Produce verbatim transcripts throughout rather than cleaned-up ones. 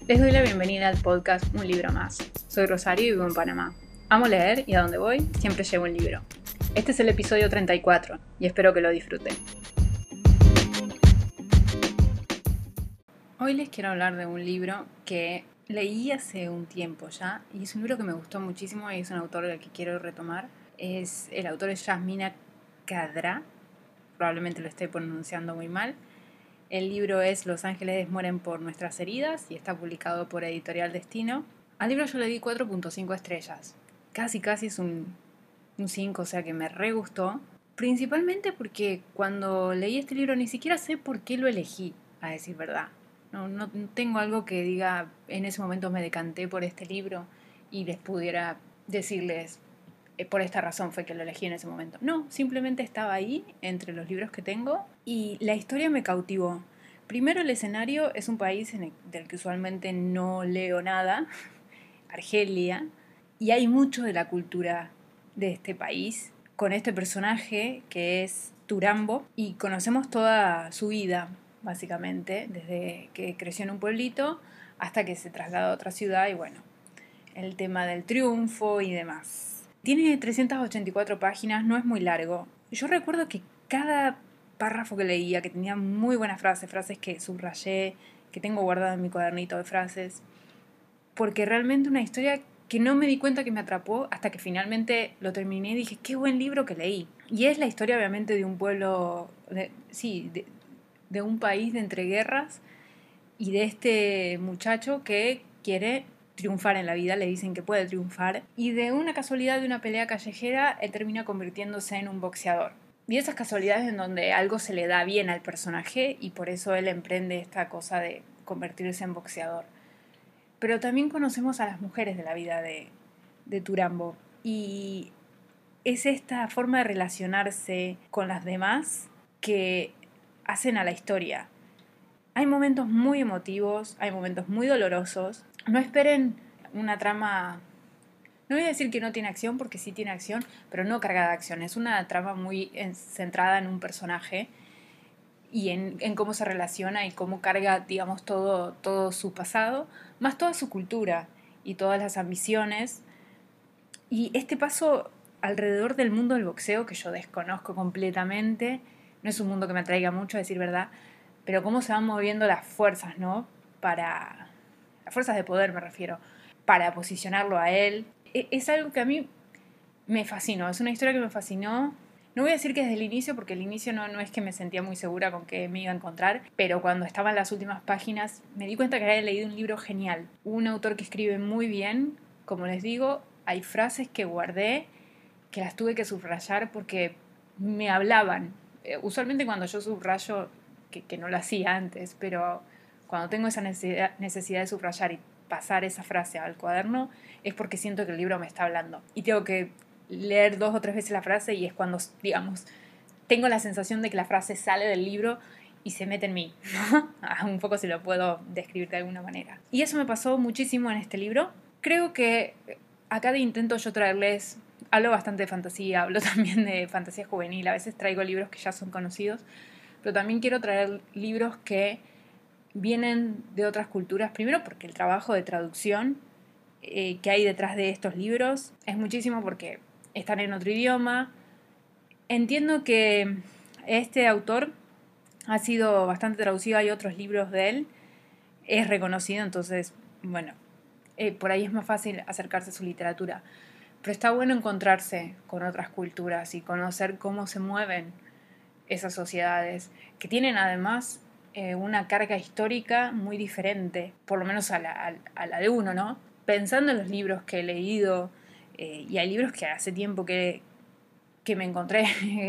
Les doy la bienvenida al podcast Un Libro Más. Soy Rosario y vivo en Panamá. Amo leer y a donde voy siempre llevo un libro. Este es el episodio treinta y cuatro y espero que lo disfruten. Hoy les quiero hablar de un libro que leí hace un tiempo ya y es un libro que me gustó muchísimo y es un autor al que quiero retomar. Es, el autor es Yasmina Khadra, probablemente lo esté pronunciando muy mal. El libro es Los ángeles mueren por nuestras heridas y está publicado por Editorial Destino. Al libro yo le di cuatro punto cinco estrellas. Casi casi es un, un cinco, o sea que me re gustó. Principalmente porque cuando leí este libro ni siquiera sé por qué lo elegí, a decir verdad. No, no, no tengo algo que diga, en ese momento me decanté por este libro y les pudiera decirles, eh, por esta razón fue que lo elegí en ese momento. No, simplemente estaba ahí entre los libros que tengo y la historia me cautivó. Primero, el escenario es un país en el, del que usualmente no leo nada, Argelia, y hay mucho de la cultura de este país con este personaje que es Turambo y conocemos toda su vida, básicamente, desde que creció en un pueblito hasta que se trasladó a otra ciudad y bueno, el tema del triunfo y demás. Tiene trescientas ochenta y cuatro páginas, no es muy largo. Yo recuerdo que cada párrafo que leía, que tenía muy buenas frases, frases que subrayé, que tengo guardado en mi cuadernito de frases, porque realmente una historia que no me di cuenta que me atrapó hasta que finalmente lo terminé y dije, qué buen libro que leí. Y es la historia obviamente de un pueblo, de, sí, de, de un país de entreguerras y de este muchacho que quiere triunfar en la vida, le dicen que puede triunfar, y de una casualidad de una pelea callejera, él termina convirtiéndose en un boxeador. Y esas casualidades en donde algo se le da bien al personaje y por eso él emprende esta cosa de convertirse en boxeador. Pero también conocemos a las mujeres de la vida de, de Turambo y es esta forma de relacionarse con las demás que hacen a la historia. Hay momentos muy emotivos, hay momentos muy dolorosos. No esperen una trama, no voy a decir que no tiene acción porque sí tiene acción, pero no cargada de acción. Es una trama muy centrada en un personaje y en, en cómo se relaciona y cómo carga, digamos, todo, todo su pasado, más toda su cultura y todas las ambiciones. Y este paso alrededor del mundo del boxeo, que yo desconozco completamente, no es un mundo que me atraiga mucho, a decir verdad, pero cómo se van moviendo las fuerzas, ¿no? Para... las fuerzas de poder me refiero, para posicionarlo a él. Es algo que a mí me fascinó, es una historia que me fascinó. No voy a decir que desde el inicio, porque el inicio no, no es que me sentía muy segura con que me iba a encontrar, pero cuando estaba en las últimas páginas me di cuenta que había leído un libro genial. Un autor que escribe muy bien, como les digo, hay frases que guardé que las tuve que subrayar porque me hablaban. Eh, usualmente cuando yo subrayo, que, que no lo hacía antes, pero cuando tengo esa necesidad, necesidad de subrayar y pasar esa frase al cuaderno, es porque siento que el libro me está hablando. Y tengo que leer dos o tres veces la frase y es cuando, digamos, tengo la sensación de que la frase sale del libro y se mete en mí. Un poco si lo puedo describir de alguna manera. Y eso me pasó muchísimo en este libro. Creo que a cada intento yo traerles... Hablo bastante de fantasía, hablo también de fantasía juvenil. A veces traigo libros que ya son conocidos, pero también quiero traer libros que vienen de otras culturas. Primero porque el trabajo de traducción eh, que hay detrás de estos libros es muchísimo porque están en otro idioma. Entiendo que este autor ha sido bastante traducido, hay otros libros de él, es reconocido, entonces, bueno, eh, por ahí es más fácil acercarse a su literatura. Pero está bueno encontrarse con otras culturas y conocer cómo se mueven esas sociedades, que tienen además eh, una carga histórica muy diferente, por lo menos a la, a, a la de uno, ¿no? Pensando en los libros que he leído, eh, y hay libros que hace tiempo que, que me encontré,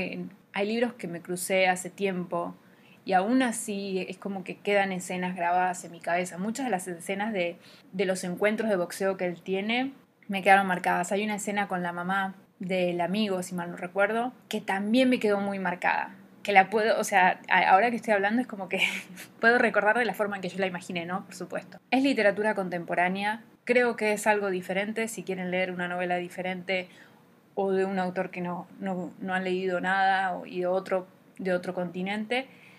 hay libros que me crucé hace tiempo, y aún así es como que quedan escenas grabadas en mi cabeza. Muchas de las escenas de, de los encuentros de boxeo que él tiene me quedaron marcadas. Hay una escena con la mamá del amigo, si mal no recuerdo, que también me quedó muy marcada. Que la puedo, o sea, ahora que estoy hablando es como que puedo recordar de la forma en que yo la imaginé, ¿no? Por supuesto. Es literatura contemporánea, creo que es algo diferente, si quieren leer una novela diferente o de un autor que no, no, no han leído nada y de otro, de otro continente.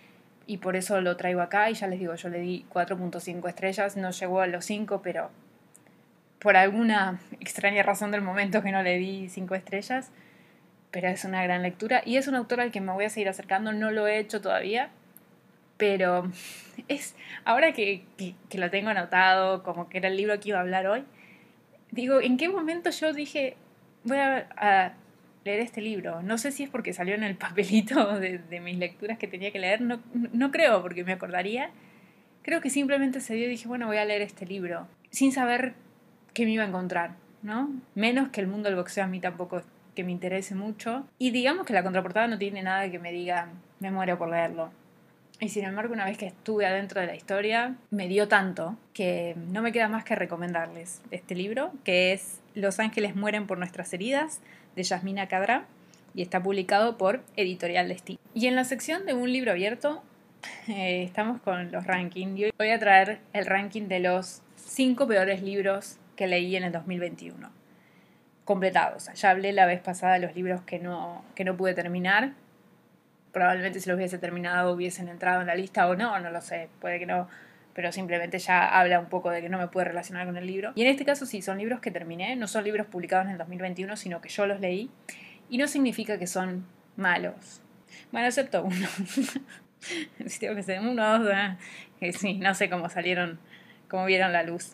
y por eso lo traigo acá. Y ya les digo, yo le di cuatro punto cinco estrellas, no llegó a los cinco, pero por alguna extraña razón del momento que no le di cinco estrellas. Pero es una gran lectura y es un autor al que me voy a seguir acercando. No lo he hecho todavía, pero es ahora que, que, que lo tengo anotado, como que era el libro que iba a hablar hoy, digo, ¿en qué momento yo dije, voy a, a leer este libro? No sé si es porque salió en el papelito de, de mis lecturas que tenía que leer, no, no creo, porque me acordaría. Creo que simplemente se dio y dije, bueno, voy a leer este libro, sin saber qué me iba a encontrar, ¿no? Menos que el mundo del boxeo a mí tampoco es que me interese mucho. Y digamos que la contraportada no tiene nada que me diga, me muero por leerlo. Y sin embargo, una vez que estuve adentro de la historia, me dio tanto que no me queda más que recomendarles este libro, que es Los ángeles mueren por nuestras heridas, de Yasmina Khadra, y está publicado por Editorial Destino. Y en la sección de un libro abierto, eh, estamos con los rankings. Y hoy voy a traer el ranking de los cinco peores libros que leí en el dos mil veintiuno. Completados. Ya hablé la vez pasada de los libros que no, que no pude terminar. Probablemente si los hubiese terminado hubiesen entrado en la lista o no, no lo sé, puede que no, pero simplemente ya habla un poco de que no me pude relacionar con el libro. Y en este caso sí, son libros que terminé, no son libros publicados en el dos mil veintiuno, sino que yo los leí, y no significa que son malos. Bueno, excepto uno. Si tengo que ser uno, dos, que sí, no sé cómo salieron, cómo vieron la luz.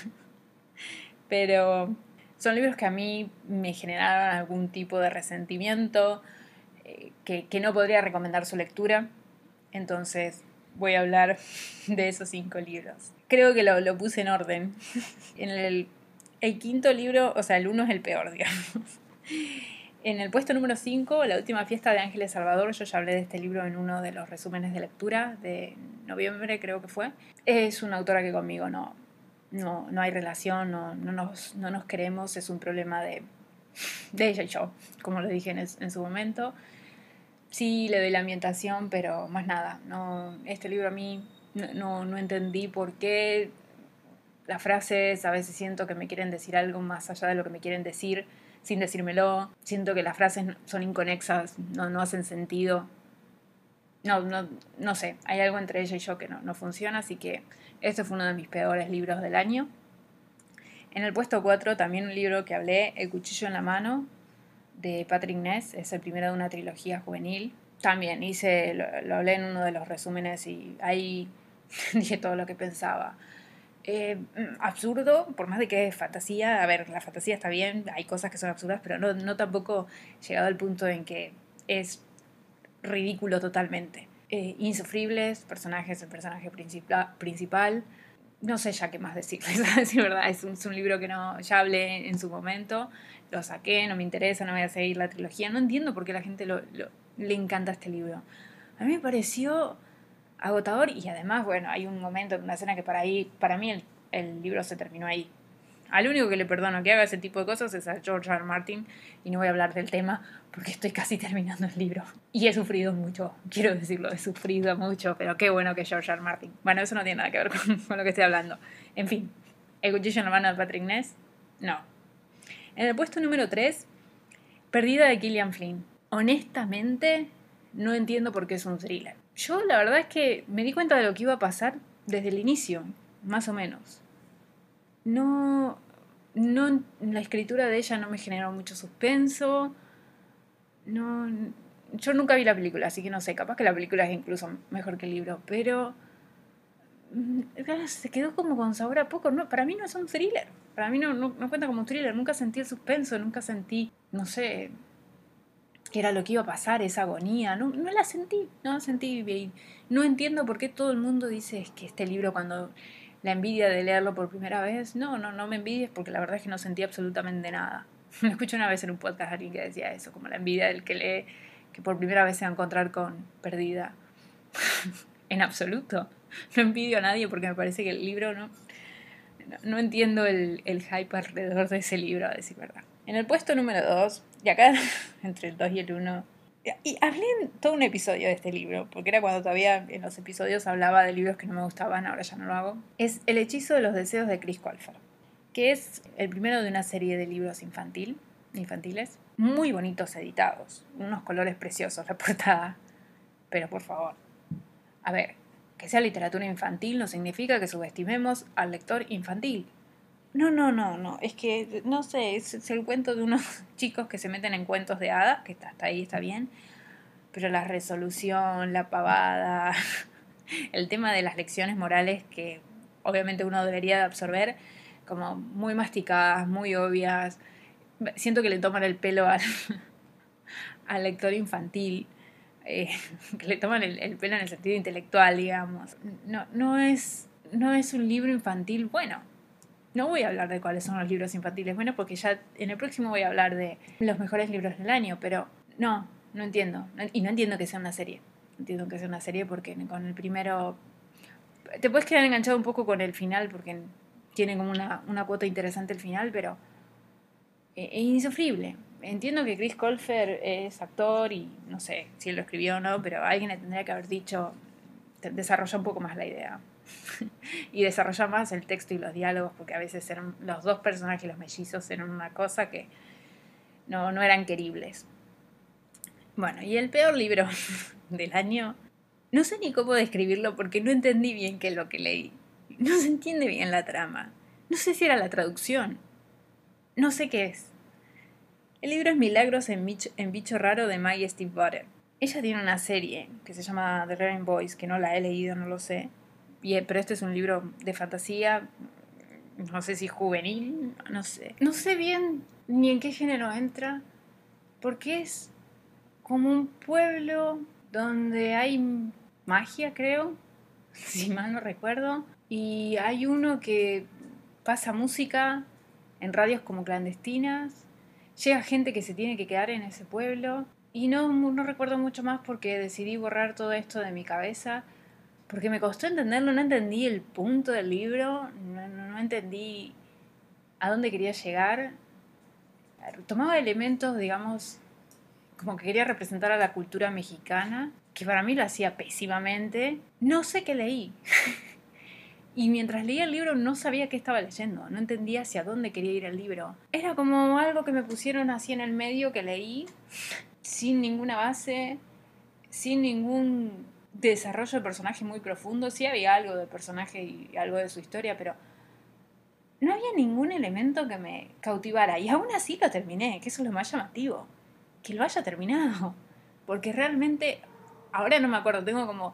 Pero son libros que a mí me generaron algún tipo de resentimiento, Que, que no podría recomendar su lectura. Entonces voy a hablar de esos cinco libros. Creo que lo, lo puse en orden. En el, el quinto libro, o sea, el uno es el peor, digamos. En el puesto número cinco, La última fiesta de Ángeles Salvador. Yo ya hablé de este libro en uno de los resúmenes de lectura de noviembre, creo que fue. Es una autora que conmigo no, no, no hay relación, no, no, nos, no nos queremos. Es un problema de, de ella y yo, como lo dije en, el, en su momento. Sí, le doy la ambientación, pero más nada. No, este libro a mí no, no, no entendí por qué las frases a veces siento que me quieren decir algo más allá de lo que me quieren decir sin decírmelo. Siento que las frases son inconexas, no, no hacen sentido. No, no, no sé, hay algo entre ella y yo que no, no funciona, así que este fue uno de mis peores libros del año. En el puesto cuatro también un libro que hablé, El cuchillo en la mano, de Patrick Ness, es el primero de una trilogía juvenil. También hice, lo, lo hablé en uno de los resúmenes y ahí dije todo lo que pensaba. Eh, absurdo, por más de que es fantasía. A ver, la fantasía está bien, hay cosas que son absurdas, pero no, no tampoco llegado al punto en que es ridículo totalmente. Eh, insufribles, personajes, el personaje principal, principal. No sé ya qué más decirles, a decir verdad, es un, es un libro que no, ya hablé en su momento, lo saqué, no me interesa, no voy a seguir la trilogía, no entiendo por qué la gente lo, lo, le encanta este libro. A mí me pareció agotador y además, bueno, hay un momento, una escena que para, ahí, para mí el, el libro se terminó ahí. Al único que le perdono que haga ese tipo de cosas es a George R. R. Martin, y no voy a hablar del tema porque estoy casi terminando el libro. Y he sufrido mucho, quiero decirlo, he sufrido mucho, pero qué bueno que George R. R. Martin. Bueno, eso no tiene nada que ver con, con lo que estoy hablando. En fin, El cuchillo en la mano de Patrick Ness, no. En el puesto número tres, Perdida de Gillian Flynn. Honestamente, no entiendo por qué es un thriller. Yo la verdad es que me di cuenta de lo que iba a pasar desde el inicio, más o menos. No, no, la escritura de ella no me generó mucho suspenso. No, yo nunca vi la película, así que no sé, capaz que la película es incluso mejor que el libro, pero se quedó como con sabor a poco. No, para mí no es un thriller, para mí no, no, no cuenta como un thriller. Nunca sentí el suspenso, nunca sentí, no sé, qué era lo que iba a pasar, esa agonía. No, no la sentí, no la sentí bien. No entiendo por qué todo el mundo dice que este libro, cuando la envidia de leerlo por primera vez, no, no, no me envidies, porque la verdad es que no sentí absolutamente nada. Me escuché una vez en un podcast a alguien que decía eso, como la envidia del que lee, que por primera vez se va a encontrar con Perdida. En absoluto. No envidio a nadie porque me parece que el libro no... No, no entiendo el, el hype alrededor de ese libro, a decir verdad. En el puesto número dos, y acá entre el dos y el uno, y hablé en todo un episodio de este libro, porque era cuando todavía en los episodios hablaba de libros que no me gustaban, ahora ya no lo hago. Es El hechizo de los deseos de Chris Colfer, que es el primero de una serie de libros infantil, infantiles, muy bonitos editados, unos colores preciosos, la portada, pero por favor, A ver, que sea literatura infantil no significa que subestimemos al lector infantil. No, no, no, no. Es que, no sé, es, es el cuento de unos chicos que se meten en cuentos de hadas, que está, hasta ahí está bien, pero la resolución, la pavada, el tema de las lecciones morales que obviamente uno debería de absorber, como muy masticadas, muy obvias. Siento que le toman el pelo al, al lector infantil, eh, que le toman el, el pelo en el sentido intelectual, digamos. No, no, es, no es un libro infantil bueno. No voy a hablar de cuáles son los libros infantiles buenos porque ya en el próximo voy a hablar de los mejores libros del año, pero no, no entiendo. Y no entiendo que sea una serie. No entiendo que sea una serie porque con el primero te puedes quedar enganchado un poco con el final porque tiene como una, una cuota interesante el final, pero es insufrible. Entiendo que Chris Colfer es actor y no sé si él lo escribió o no, pero alguien le tendría que haber dicho, desarrolla un poco más la idea. Y desarrolla más el texto y los diálogos, porque a veces eran los dos personajes, los mellizos, eran una cosa que no, no eran queribles. Bueno, y el peor libro del año, no sé ni cómo describirlo porque no entendí bien qué es lo que leí. No se entiende bien la trama. No sé si era la traducción. No sé qué es. El libro es Milagros en Bicho, en Bicho Raro de Maggie Stiefvater. Ella tiene una serie que se llama The Raven Boys, que no la he leído, no lo sé. Y, pero este es un libro de fantasía, no sé si juvenil, no sé. No sé bien ni en qué género entra, porque es como un pueblo donde hay magia, creo, si mal no recuerdo. Y hay uno que pasa música en radios como clandestinas. Llega gente que se tiene que quedar en ese pueblo. Y no, no recuerdo mucho más porque decidí borrar todo esto de mi cabeza. Porque me costó entenderlo, no entendí el punto del libro, no, no, no entendí a dónde quería llegar. Tomaba elementos, digamos, como que quería representar a la cultura mexicana, que para mí lo hacía pésimamente. No sé qué leí. Y mientras leía el libro no sabía qué estaba leyendo, no entendía hacia dónde quería ir el libro. Era como algo que me pusieron así en el medio que leí, sin ninguna base, sin ningún desarrollo de personaje muy profundo. Sí había algo de personaje y algo de su historia, pero no había ningún elemento que me cautivara. Y aún así lo terminé, que eso es lo más llamativo. Que lo haya terminado. Porque realmente, ahora no me acuerdo, tengo como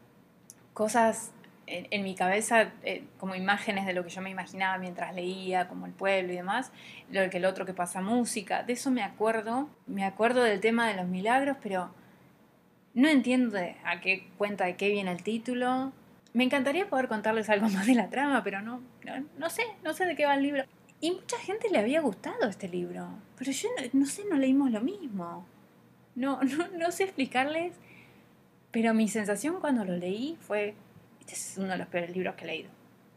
cosas en, en mi cabeza, eh, como imágenes de lo que yo me imaginaba mientras leía, como el pueblo y demás, lo que el otro que pasa música, de eso me acuerdo, me acuerdo del tema de los milagros, pero no entiendo de a qué cuenta de qué viene el título. Me encantaría poder contarles algo más de la trama, pero no, no, no sé, no sé de qué va el libro. Y mucha gente le había gustado este libro, pero yo no, no sé, no leímos lo mismo. No, no, no sé explicarles, pero mi sensación cuando lo leí fue, este es uno de los peores libros que he leído.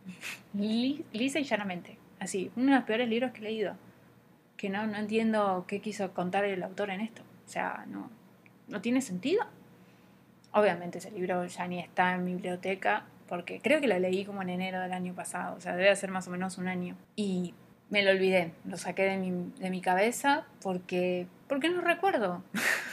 Lisa y llanamente, así, uno de los peores libros que he leído. Que no, no entiendo qué quiso contar el autor en esto. O sea, no, no tiene sentido. Obviamente ese libro ya ni está en mi biblioteca, porque creo que lo leí como en enero del año pasado, o sea, debe ser más o menos un año. Y me lo olvidé, lo saqué de mi, de mi cabeza porque, porque no recuerdo.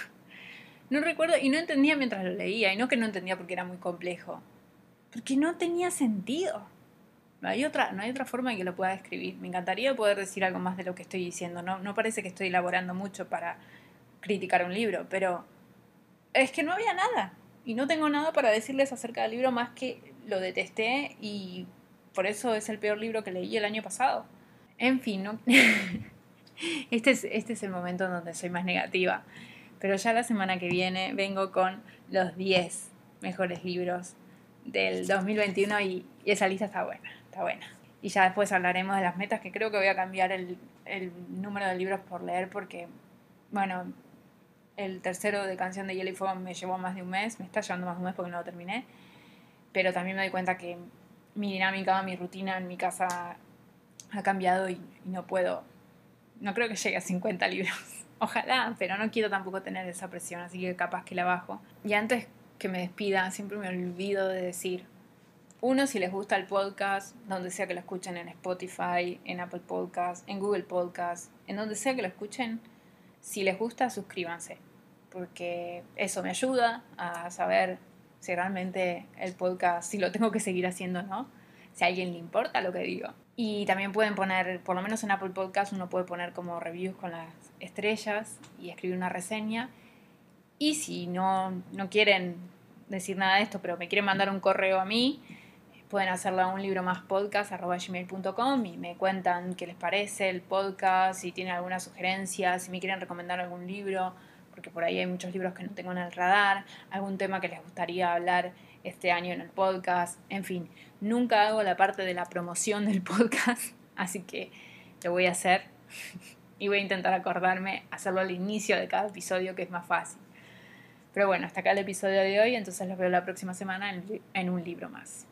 No recuerdo y no entendía mientras lo leía, y no que no entendía porque era muy complejo, porque no tenía sentido. No hay otra, no hay otra forma en que lo pueda describir. Me encantaría poder decir algo más de lo que estoy diciendo. No, no parece que estoy elaborando mucho para criticar un libro, pero es que no había nada. Y no tengo nada para decirles acerca del libro más que lo detesté y por eso es el peor libro que leí el año pasado. En fin, ¿no? este, es, este es el momento en donde soy más negativa. Pero ya la semana que viene vengo con los diez mejores libros del dos mil veintiuno y, y esa lista está buena, está buena. Y ya después hablaremos de las metas, que creo que voy a cambiar el, el número de libros por leer porque, bueno, el tercero de Canción de Hielo y Fuego me llevó más de un mes, me está llevando más de un mes porque no lo terminé, pero también me doy cuenta que mi dinámica, mi rutina en mi casa ha cambiado y, y no puedo, no creo que llegue a cincuenta libros. Ojalá, pero no quiero tampoco tener esa presión, así que capaz que la bajo. Y antes que me despida, siempre me olvido de decir, uno, si les gusta el podcast, donde sea que lo escuchen, en Spotify, en Apple Podcast, en Google Podcast, en donde sea que lo escuchen, si les gusta, suscríbanse, porque eso me ayuda a saber si realmente el podcast, si lo tengo que seguir haciendo o no, si a alguien le importa lo que digo. Y también pueden poner, por lo menos en Apple Podcast uno puede poner como reviews con las estrellas y escribir una reseña. Y si no, no quieren decir nada de esto, pero me quieren mandar un correo a mí, pueden hacerlo a un libro más podcast arroba gmail punto com y me cuentan qué les parece el podcast, si tienen alguna sugerencia, si me quieren recomendar algún libro, porque por ahí hay muchos libros que no tengo en el radar, algún tema que les gustaría hablar este año en el podcast, en fin, nunca hago la parte de la promoción del podcast, así que lo voy a hacer y voy a intentar acordarme hacerlo al inicio de cada episodio, que es más fácil. Pero bueno, hasta acá el episodio de hoy, entonces los veo la próxima semana en, en un libro más.